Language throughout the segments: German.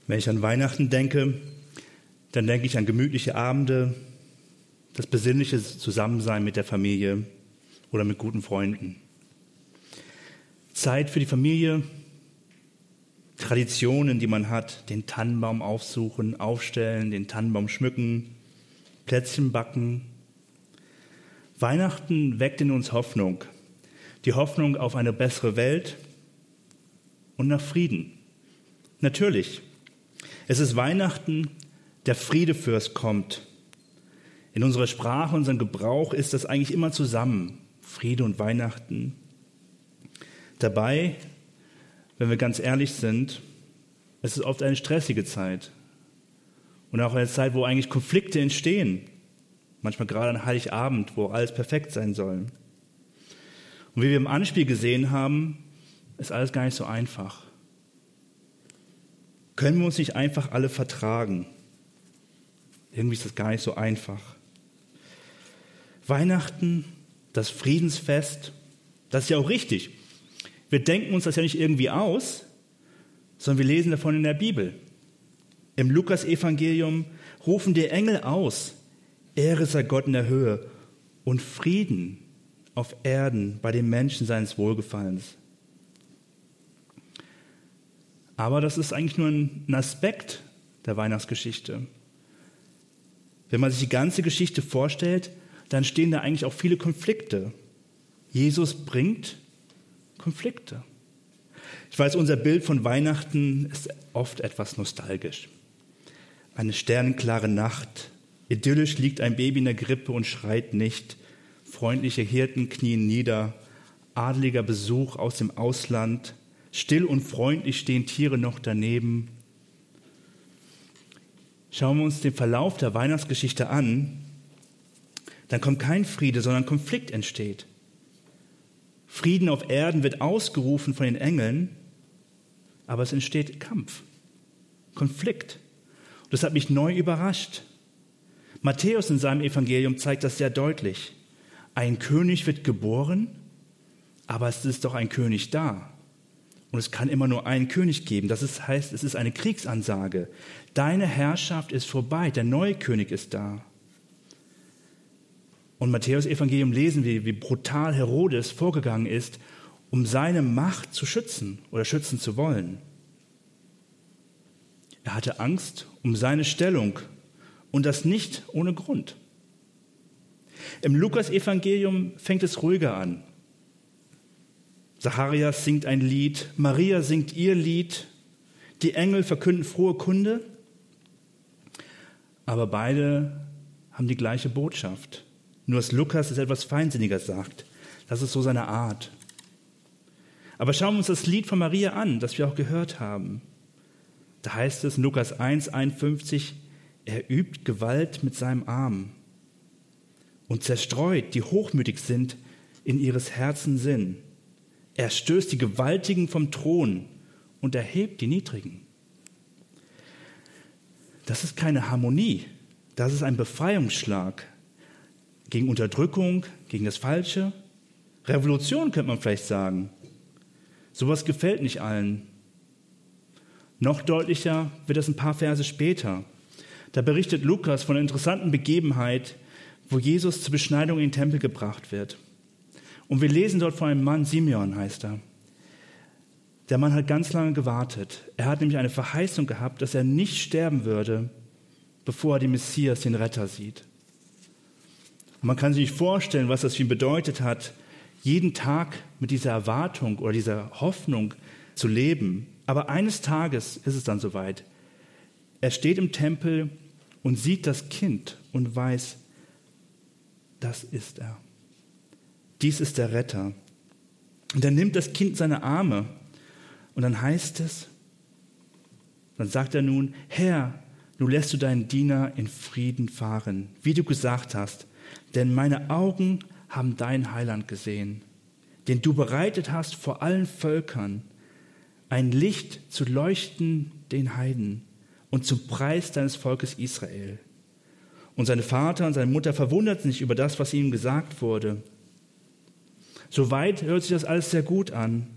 Wenn ich an Weihnachten denke, dann denke ich an gemütliche Abende, das besinnliche Zusammensein mit der Familie oder mit guten Freunden. Zeit für die Familie, Traditionen, die man hat, den Tannenbaum aufsuchen, aufstellen, den Tannenbaum schmücken, Plätzchen backen. Weihnachten weckt in uns Hoffnung. Die Hoffnung auf eine bessere Welt und nach Frieden. Natürlich, es ist Weihnachten, der Friedefürst kommt. In unserer Sprache, unserem Gebrauch ist das eigentlich immer zusammen, Friede und Weihnachten. Dabei, wenn wir ganz ehrlich sind, es ist oft eine stressige Zeit und auch eine Zeit, wo eigentlich Konflikte entstehen. Manchmal gerade an Heiligabend, wo alles perfekt sein soll. Und wie wir im Anspiel gesehen haben, ist alles gar nicht so einfach. Können wir uns nicht einfach alle vertragen? Irgendwie ist das gar nicht so einfach. Weihnachten, das Friedensfest, das ist ja auch richtig. Wir denken uns das ja nicht irgendwie aus, sondern wir lesen davon in der Bibel. Im Lukas-Evangelium rufen die Engel aus: Ehre sei Gott in der Höhe und Frieden auf Erden bei den Menschen seines Wohlgefallens. Aber das ist eigentlich nur ein Aspekt der Weihnachtsgeschichte. Wenn man sich die ganze Geschichte vorstellt, dann stehen da eigentlich auch viele Konflikte. Jesus bringt Konflikte. Ich weiß, unser Bild von Weihnachten ist oft etwas nostalgisch. Eine sternenklare Nacht, idyllisch liegt ein Baby in der Krippe und schreit nicht. Freundliche Hirten knien nieder, adeliger Besuch aus dem Ausland, still und freundlich stehen Tiere noch daneben. Schauen wir uns den Verlauf der Weihnachtsgeschichte an, dann kommt kein Friede, sondern Konflikt entsteht. Frieden auf Erden wird ausgerufen von den Engeln, aber es entsteht Kampf, Konflikt. Und das hat mich neu überrascht. Matthäus in seinem Evangelium zeigt das sehr deutlich. Ein König wird geboren, aber es ist doch ein König da. Und es kann immer nur einen König geben. Das heißt, es ist eine Kriegsansage. Deine Herrschaft ist vorbei, der neue König ist da. Und Matthäus Evangelium lesen wir, wie brutal Herodes vorgegangen ist, um seine Macht zu schützen oder schützen zu wollen. Er hatte Angst um seine Stellung und das nicht ohne Grund. Im Lukas-Evangelium fängt es ruhiger an. Zacharias singt ein Lied, Maria singt ihr Lied, die Engel verkünden frohe Kunde, aber beide haben die gleiche Botschaft. Nur dass Lukas es etwas feinsinniger sagt. Das ist so seine Art. Aber schauen wir uns das Lied von Maria an, das wir auch gehört haben. Da heißt es in Lukas 1,51, er übt Gewalt mit seinem Arm und zerstreut, die hochmütig sind, in ihres Herzens Sinn. Er stößt die Gewaltigen vom Thron und erhebt die Niedrigen. Das ist keine Harmonie, das ist ein Befreiungsschlag gegen Unterdrückung, gegen das Falsche. Revolution könnte man vielleicht sagen. Sowas gefällt nicht allen. Noch deutlicher wird das ein paar Verse später. Da berichtet Lukas von einer interessanten Begebenheit, wo Jesus zur Beschneidung in den Tempel gebracht wird. Und wir lesen dort von einem Mann, Simeon heißt er. Der Mann hat ganz lange gewartet. Er hat nämlich eine Verheißung gehabt, dass er nicht sterben würde, bevor er den Messias, den Retter, sieht. Und man kann sich nicht vorstellen, was das für ihn bedeutet hat, jeden Tag mit dieser Erwartung oder dieser Hoffnung zu leben. Aber eines Tages ist es dann soweit. Er steht im Tempel und sieht das Kind und weiß, das ist er. Dies ist der Retter. Und er nimmt das Kind in seine Arme und dann heißt es, dann sagt er nun, Herr, nun lässt du deinen Diener in Frieden fahren, wie du gesagt hast, denn meine Augen haben dein Heiland gesehen, den du bereitet hast vor allen Völkern, ein Licht zu leuchten den Heiden und zum Preis deines Volkes Israel. Und sein Vater und seine Mutter verwunderten sich über das, was ihnen gesagt wurde. Soweit hört sich das alles sehr gut an,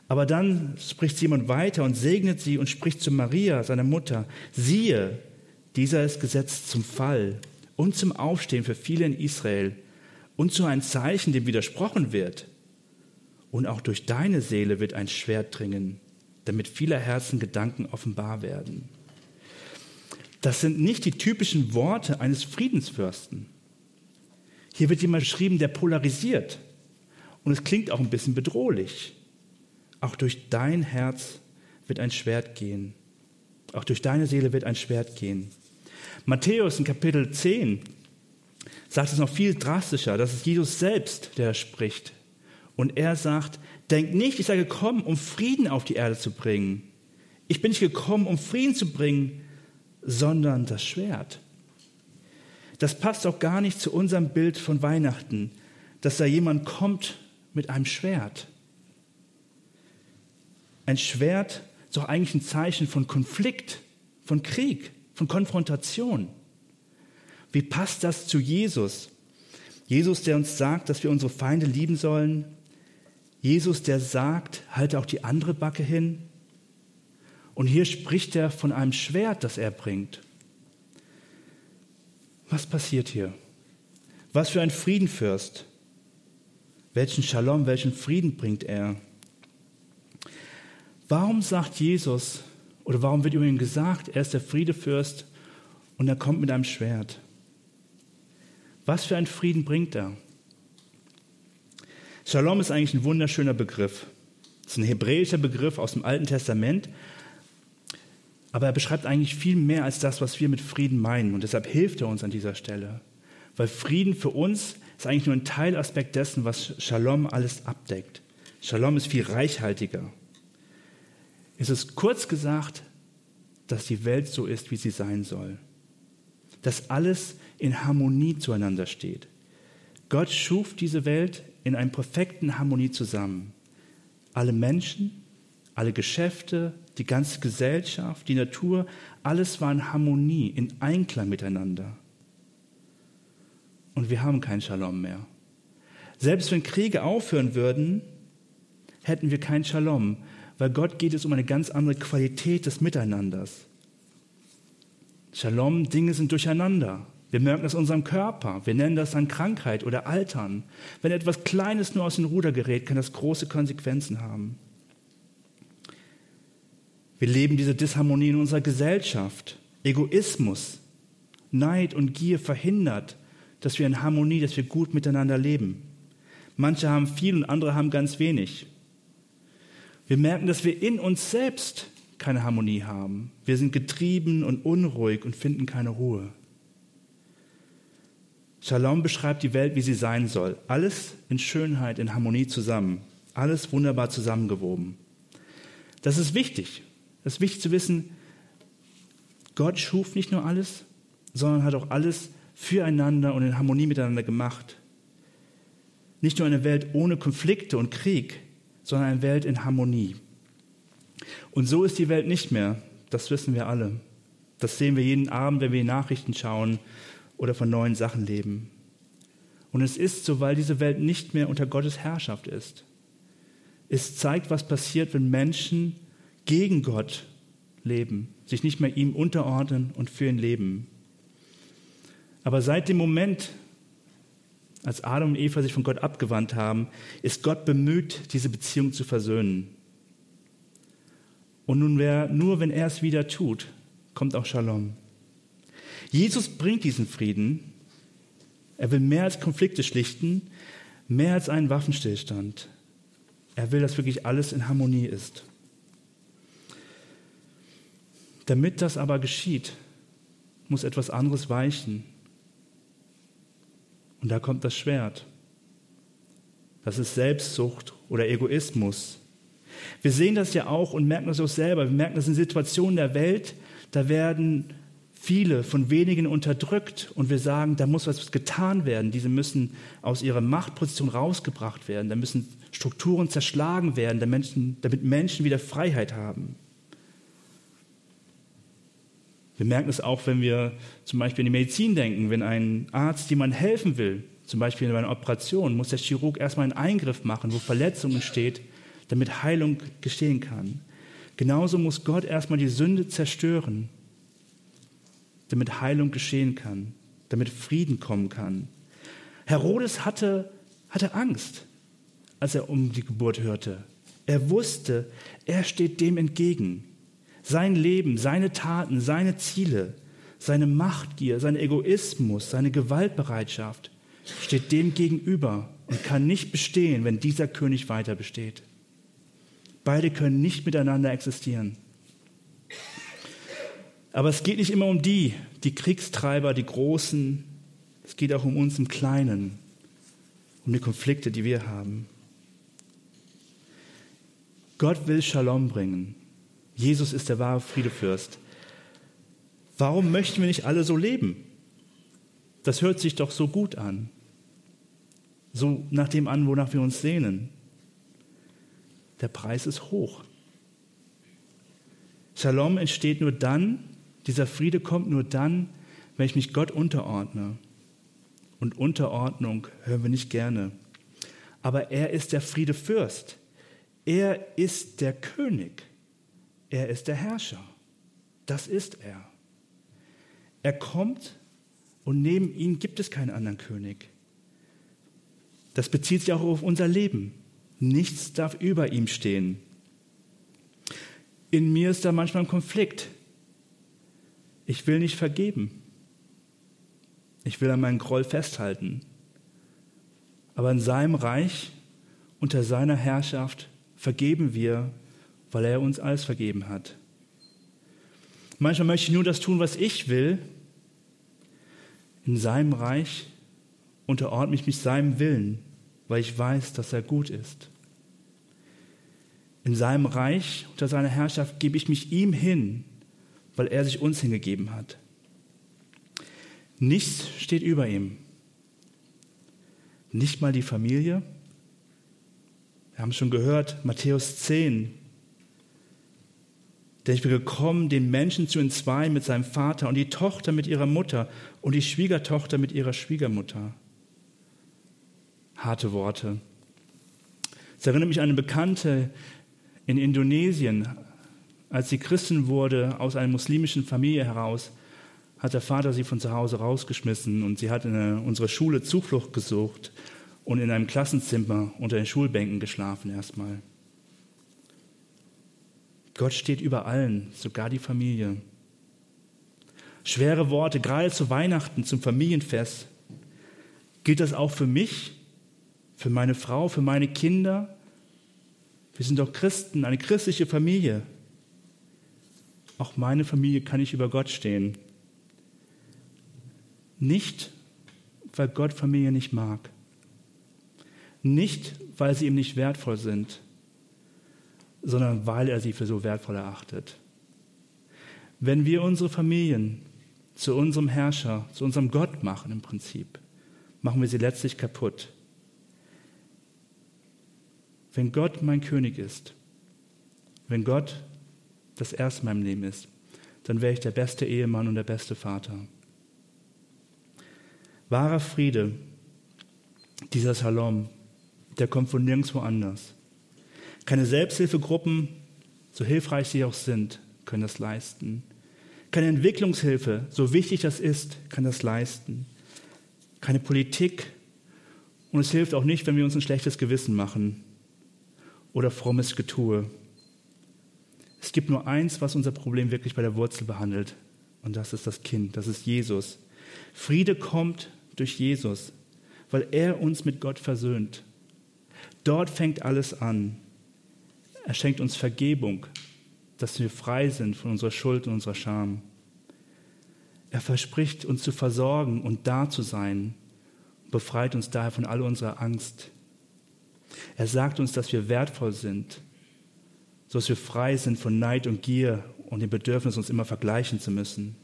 Aber dann spricht Simon weiter und segnet sie und spricht zu Maria, seiner Mutter: Siehe, dieser ist gesetzt zum Fall und zum Aufstehen für viele in Israel und zu einem Zeichen, dem widersprochen wird. Und auch durch deine Seele wird ein Schwert dringen, damit vieler Herzen Gedanken offenbar werden. Das sind nicht die typischen Worte eines Friedensfürsten. Hier wird jemand beschrieben, der polarisiert. Und es klingt auch ein bisschen bedrohlich. Auch durch dein Herz wird ein Schwert gehen. Auch durch deine Seele wird ein Schwert gehen. Matthäus in Kapitel 10 sagt es noch viel drastischer. Das ist Jesus selbst, der spricht. Und er sagt: Denkt nicht, ich sei gekommen, um Frieden auf die Erde zu bringen. Ich bin nicht gekommen, um Frieden zu bringen, sondern das Schwert. Das passt auch gar nicht zu unserem Bild von Weihnachten, dass da jemand kommt mit einem Schwert. Ein Schwert ist doch eigentlich ein Zeichen von Konflikt, von Krieg, von Konfrontation. Wie passt das zu Jesus? Jesus, der uns sagt, dass wir unsere Feinde lieben sollen. Jesus, der sagt, halte auch die andere Backe hin. Und hier spricht er von einem Schwert, das er bringt. Was passiert hier? Was für ein Friedenfürst? Welchen Shalom, welchen Frieden bringt er? Warum sagt Jesus, oder warum wird über ihn gesagt, er ist der Friedefürst und er kommt mit einem Schwert? Was für einen Frieden bringt er? Shalom ist eigentlich ein wunderschöner Begriff. Es ist ein hebräischer Begriff aus dem Alten Testament, aber er beschreibt eigentlich viel mehr als das, was wir mit Frieden meinen. Und deshalb hilft er uns an dieser Stelle. Weil Frieden für uns ist eigentlich nur ein Teilaspekt dessen, was Shalom alles abdeckt. Shalom ist viel reichhaltiger. Es ist kurz gesagt, dass die Welt so ist, wie sie sein soll. Dass alles in Harmonie zueinander steht. Gott schuf diese Welt in einer perfekten Harmonie zusammen. Alle Menschen, alle Geschäfte, die ganze Gesellschaft, die Natur, alles war in Harmonie, in Einklang miteinander. Und wir haben kein Shalom mehr. Selbst wenn Kriege aufhören würden, hätten wir kein Shalom, weil Gott geht es um eine ganz andere Qualität des Miteinanders. Shalom, Dinge sind durcheinander. Wir merken das in unserem Körper. Wir nennen das dann Krankheit oder Altern. Wenn etwas Kleines nur aus dem Ruder gerät, kann das große Konsequenzen haben. Wir leben diese Disharmonie in unserer Gesellschaft. Egoismus, Neid und Gier verhindert, dass wir in Harmonie, dass wir gut miteinander leben. Manche haben viel und andere haben ganz wenig. Wir merken, dass wir in uns selbst keine Harmonie haben. Wir sind getrieben und unruhig und finden keine Ruhe. Shalom beschreibt die Welt, wie sie sein soll. Alles in Schönheit, in Harmonie zusammen. Alles wunderbar zusammengewoben. Das ist wichtig. Es ist wichtig zu wissen, Gott schuf nicht nur alles, sondern hat auch alles füreinander und in Harmonie miteinander gemacht. Nicht nur eine Welt ohne Konflikte und Krieg, sondern eine Welt in Harmonie. Und so ist die Welt nicht mehr. Das wissen wir alle. Das sehen wir jeden Abend, wenn wir die Nachrichten schauen oder von neuen Sachen leben. Und es ist so, weil diese Welt nicht mehr unter Gottes Herrschaft ist. Es zeigt, was passiert, wenn Menschen gegen Gott leben, sich nicht mehr ihm unterordnen und für ihn leben. Aber seit dem Moment, als Adam und Eva sich von Gott abgewandt haben, ist Gott bemüht, diese Beziehung zu versöhnen. Und nur wenn er es wieder tut, kommt auch Shalom. Jesus bringt diesen Frieden. Er will mehr als Konflikte schlichten, mehr als einen Waffenstillstand. Er will, dass wirklich alles in Harmonie ist. Damit das aber geschieht, muss etwas anderes weichen. Und da kommt das Schwert. Das ist Selbstsucht oder Egoismus. Wir sehen das ja auch und merken das auch selber. Wir merken das in Situationen der Welt, da werden viele von wenigen unterdrückt und wir sagen, da muss was getan werden. Diese müssen aus ihrer Machtposition rausgebracht werden. Da müssen Strukturen zerschlagen werden, damit Menschen wieder Freiheit haben. Wir merken es auch, wenn wir zum Beispiel in die Medizin denken. Wenn ein Arzt jemandem helfen will, zum Beispiel bei einer Operation, muss der Chirurg erstmal einen Eingriff machen, wo Verletzung entsteht, damit Heilung geschehen kann. Genauso muss Gott erstmal die Sünde zerstören, damit Heilung geschehen kann, damit Frieden kommen kann. Herodes hatte Angst, als er um die Geburt hörte. Er wusste, er steht dem entgegen. Sein Leben, seine Taten, seine Ziele, seine Machtgier, sein Egoismus, seine Gewaltbereitschaft steht dem gegenüber und kann nicht bestehen, wenn dieser König weiter besteht. Beide können nicht miteinander existieren. Aber es geht nicht immer um die Kriegstreiber, die Großen. Es geht auch um uns im Kleinen, um die Konflikte, die wir haben. Gott will Shalom bringen. Jesus ist der wahre Friedefürst. Warum möchten wir nicht alle so leben? Das hört sich doch so gut an. So nach dem an, wonach wir uns sehnen. Der Preis ist hoch. Shalom entsteht nur dann, dieser Friede kommt nur dann, wenn ich mich Gott unterordne. Und Unterordnung hören wir nicht gerne. Aber er ist der Friedefürst. Er ist der König. Er ist der Herrscher. Das ist er. Er kommt und neben ihm gibt es keinen anderen König. Das bezieht sich auch auf unser Leben. Nichts darf über ihm stehen. In mir ist da manchmal ein Konflikt. Ich will nicht vergeben. Ich will an meinen Groll festhalten. Aber in seinem Reich, unter seiner Herrschaft, vergeben wir, weil er uns alles vergeben hat. Manchmal möchte ich nur das tun, was ich will. In seinem Reich unterordne ich mich seinem Willen, weil ich weiß, dass er gut ist. In seinem Reich, unter seiner Herrschaft, gebe ich mich ihm hin, weil er sich uns hingegeben hat. Nichts steht über ihm. Nicht mal die Familie. Wir haben schon gehört, Matthäus 10. Denn ich bin gekommen, den Menschen zu entzweien mit seinem Vater und die Tochter mit ihrer Mutter und die Schwiegertochter mit ihrer Schwiegermutter. Harte Worte. Es erinnert mich an eine Bekannte in Indonesien. Als sie Christin wurde, aus einer muslimischen Familie heraus, hat der Vater sie von zu Hause rausgeschmissen und sie hat in unserer Schule Zuflucht gesucht und in einem Klassenzimmer unter den Schulbänken geschlafen erstmal. Gott steht über allen, sogar die Familie. Schwere Worte, gerade zu Weihnachten, zum Familienfest. Gilt das auch für mich, für meine Frau, für meine Kinder? Wir sind doch Christen, eine christliche Familie. Auch meine Familie kann nicht über Gott stehen. Nicht, weil Gott Familie nicht mag. Nicht, weil sie ihm nicht wertvoll sind, sondern weil er sie für so wertvoll erachtet. Wenn wir unsere Familien zu unserem Herrscher, zu unserem Gott machen im Prinzip, machen wir sie letztlich kaputt. Wenn Gott mein König ist, wenn Gott das Erste in meinem Leben ist, dann wäre ich der beste Ehemann und der beste Vater. Wahrer Friede, dieser Shalom, der kommt von nirgendwo anders. Keine Selbsthilfegruppen, so hilfreich sie auch sind, können das leisten. Keine Entwicklungshilfe, so wichtig das ist, kann das leisten. Keine Politik. Und es hilft auch nicht, wenn wir uns ein schlechtes Gewissen machen oder frommes Getue. Es gibt nur eins, was unser Problem wirklich bei der Wurzel behandelt. Und das ist das Kind, das ist Jesus. Friede kommt durch Jesus, weil er uns mit Gott versöhnt. Dort fängt alles an. Er schenkt uns Vergebung, dass wir frei sind von unserer Schuld und unserer Scham. Er verspricht, uns zu versorgen und da zu sein, befreit uns daher von all unserer Angst. Er sagt uns, dass wir wertvoll sind, sodass wir frei sind von Neid und Gier und dem Bedürfnis, uns immer vergleichen zu müssen.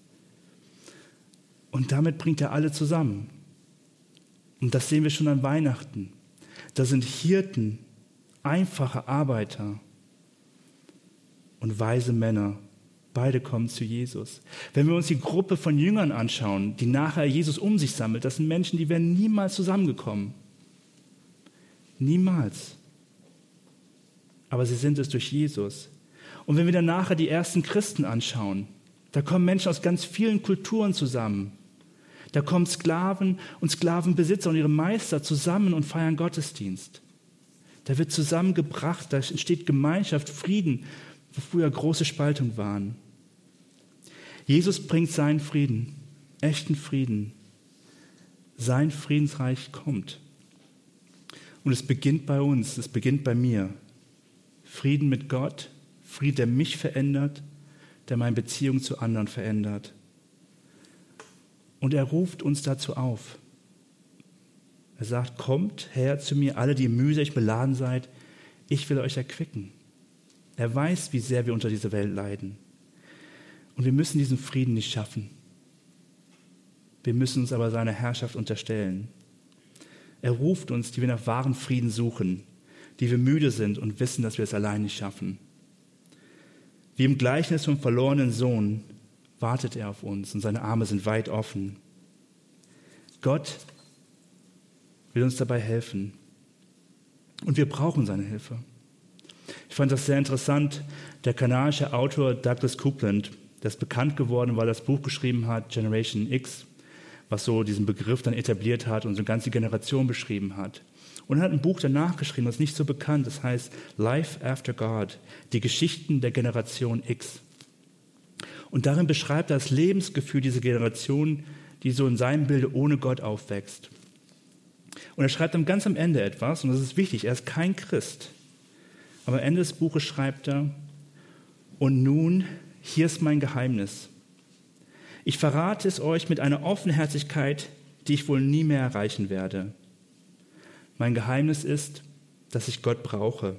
Und damit bringt er alle zusammen. Und das sehen wir schon an Weihnachten. Da sind Hirten, einfache Arbeiter und weise Männer. Beide kommen zu Jesus. Wenn wir uns die Gruppe von Jüngern anschauen, die nachher Jesus um sich sammelt, das sind Menschen, die wären niemals zusammengekommen. Niemals. aber sie sind es durch Jesus. Und wenn wir dann nachher die ersten Christen anschauen, da kommen Menschen aus ganz vielen Kulturen zusammen. Da kommen Sklaven und Sklavenbesitzer und ihre Meister zusammen und feiern Gottesdienst. Da wird zusammengebracht, da entsteht Gemeinschaft, Frieden, wo früher große Spaltungen waren. Jesus bringt seinen Frieden, echten Frieden. Sein Friedensreich kommt. Und es beginnt bei uns, es beginnt bei mir. Frieden mit Gott, Frieden, der mich verändert, der meine Beziehung zu anderen verändert. Und er ruft uns dazu auf. Er sagt, kommt her zu mir, alle, die mühselig beladen seid, ich will euch erquicken. Er weiß, wie sehr wir unter dieser Welt leiden. Und wir müssen diesen Frieden nicht schaffen. Wir müssen uns aber seiner Herrschaft unterstellen. Er ruft uns, die wir nach wahrem Frieden suchen, die wir müde sind und wissen, dass wir es allein nicht schaffen. Wie im Gleichnis vom verlorenen Sohn wartet er auf uns und seine Arme sind weit offen. Gott will uns dabei helfen und wir brauchen seine Hilfe. Ich fand das sehr interessant. Der kanadische Autor Douglas Coupland, der ist bekannt geworden, weil er das Buch geschrieben hat, Generation X, was so diesen Begriff dann etabliert hat und so eine ganze Generation beschrieben hat. Und er hat ein Buch danach geschrieben, das ist nicht so bekannt, das heißt Life After God, die Geschichten der Generation X. Und darin beschreibt er das Lebensgefühl dieser Generation, die so in seinem Bilde ohne Gott aufwächst. Und er schreibt dann ganz am Ende etwas, und das ist wichtig, er ist kein Christ. Aber am Ende des Buches schreibt er, und nun, hier ist mein Geheimnis. Ich verrate es euch mit einer Offenherzigkeit, die ich wohl nie mehr erreichen werde. Mein Geheimnis ist, dass ich Gott brauche.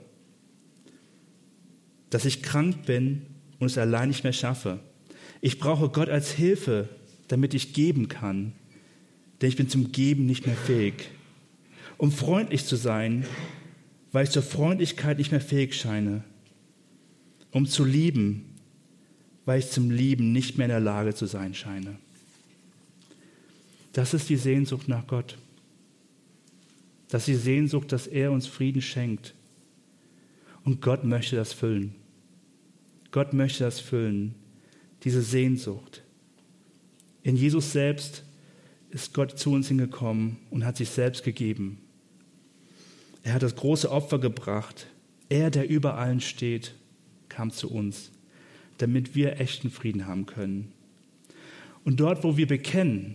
Dass ich krank bin und es allein nicht mehr schaffe. Ich brauche Gott als Hilfe, damit ich geben kann. Denn ich bin zum Geben nicht mehr fähig. Um freundlich zu sein, weil ich zur Freundlichkeit nicht mehr fähig scheine. Um zu lieben, weil ich zum Lieben nicht mehr in der Lage zu sein scheine. Das ist die Sehnsucht nach Gott. Das ist die Sehnsucht, dass er uns Frieden schenkt. Und Gott möchte das füllen. Gott möchte das füllen, diese Sehnsucht. In Jesus selbst ist Gott zu uns hingekommen und hat sich selbst gegeben. Er hat das große Opfer gebracht. Er, der über allen steht, kam zu uns, damit wir echten Frieden haben können. Und dort, wo wir bekennen,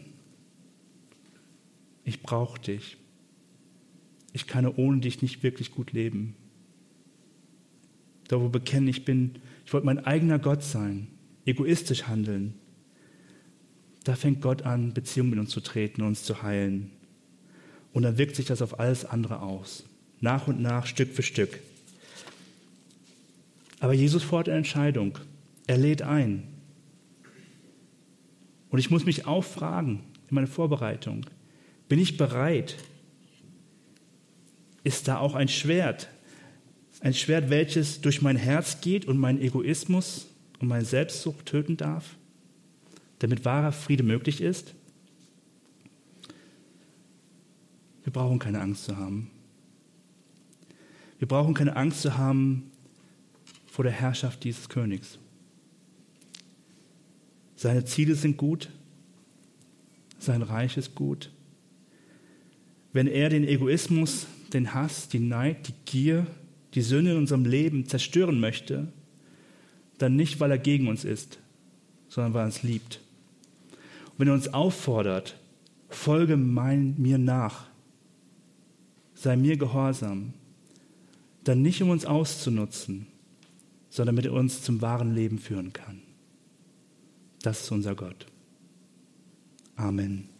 ich brauche dich, ich kann ohne dich nicht wirklich gut leben. Dort, wo wir bekennen, ich wollte mein eigener Gott sein, egoistisch handeln, da fängt Gott an, Beziehungen mit uns zu treten, uns zu heilen. Und dann wirkt sich das auf alles andere aus. Nach und nach, Stück für Stück. Aber Jesus fordert eine Entscheidung. Er lädt ein. Und ich muss mich auch fragen in meiner Vorbereitung, bin ich bereit? Ist da auch ein Schwert? Ein Schwert, welches durch mein Herz geht und meinen Egoismus und meine Selbstsucht töten darf? Damit wahrer Friede möglich ist? Wir brauchen keine Angst zu haben. Wir brauchen keine Angst zu haben vor der Herrschaft dieses Königs. Seine Ziele sind gut, sein Reich ist gut. Wenn er den Egoismus, den Hass, die Neid, die Gier, die Sünde in unserem Leben zerstören möchte, dann nicht, weil er gegen uns ist, sondern weil er uns liebt. Und wenn er uns auffordert, folge mir nach, sei mir gehorsam, dann nicht, um uns auszunutzen, sondern damit er uns zum wahren Leben führen kann. Das ist unser Gott. Amen.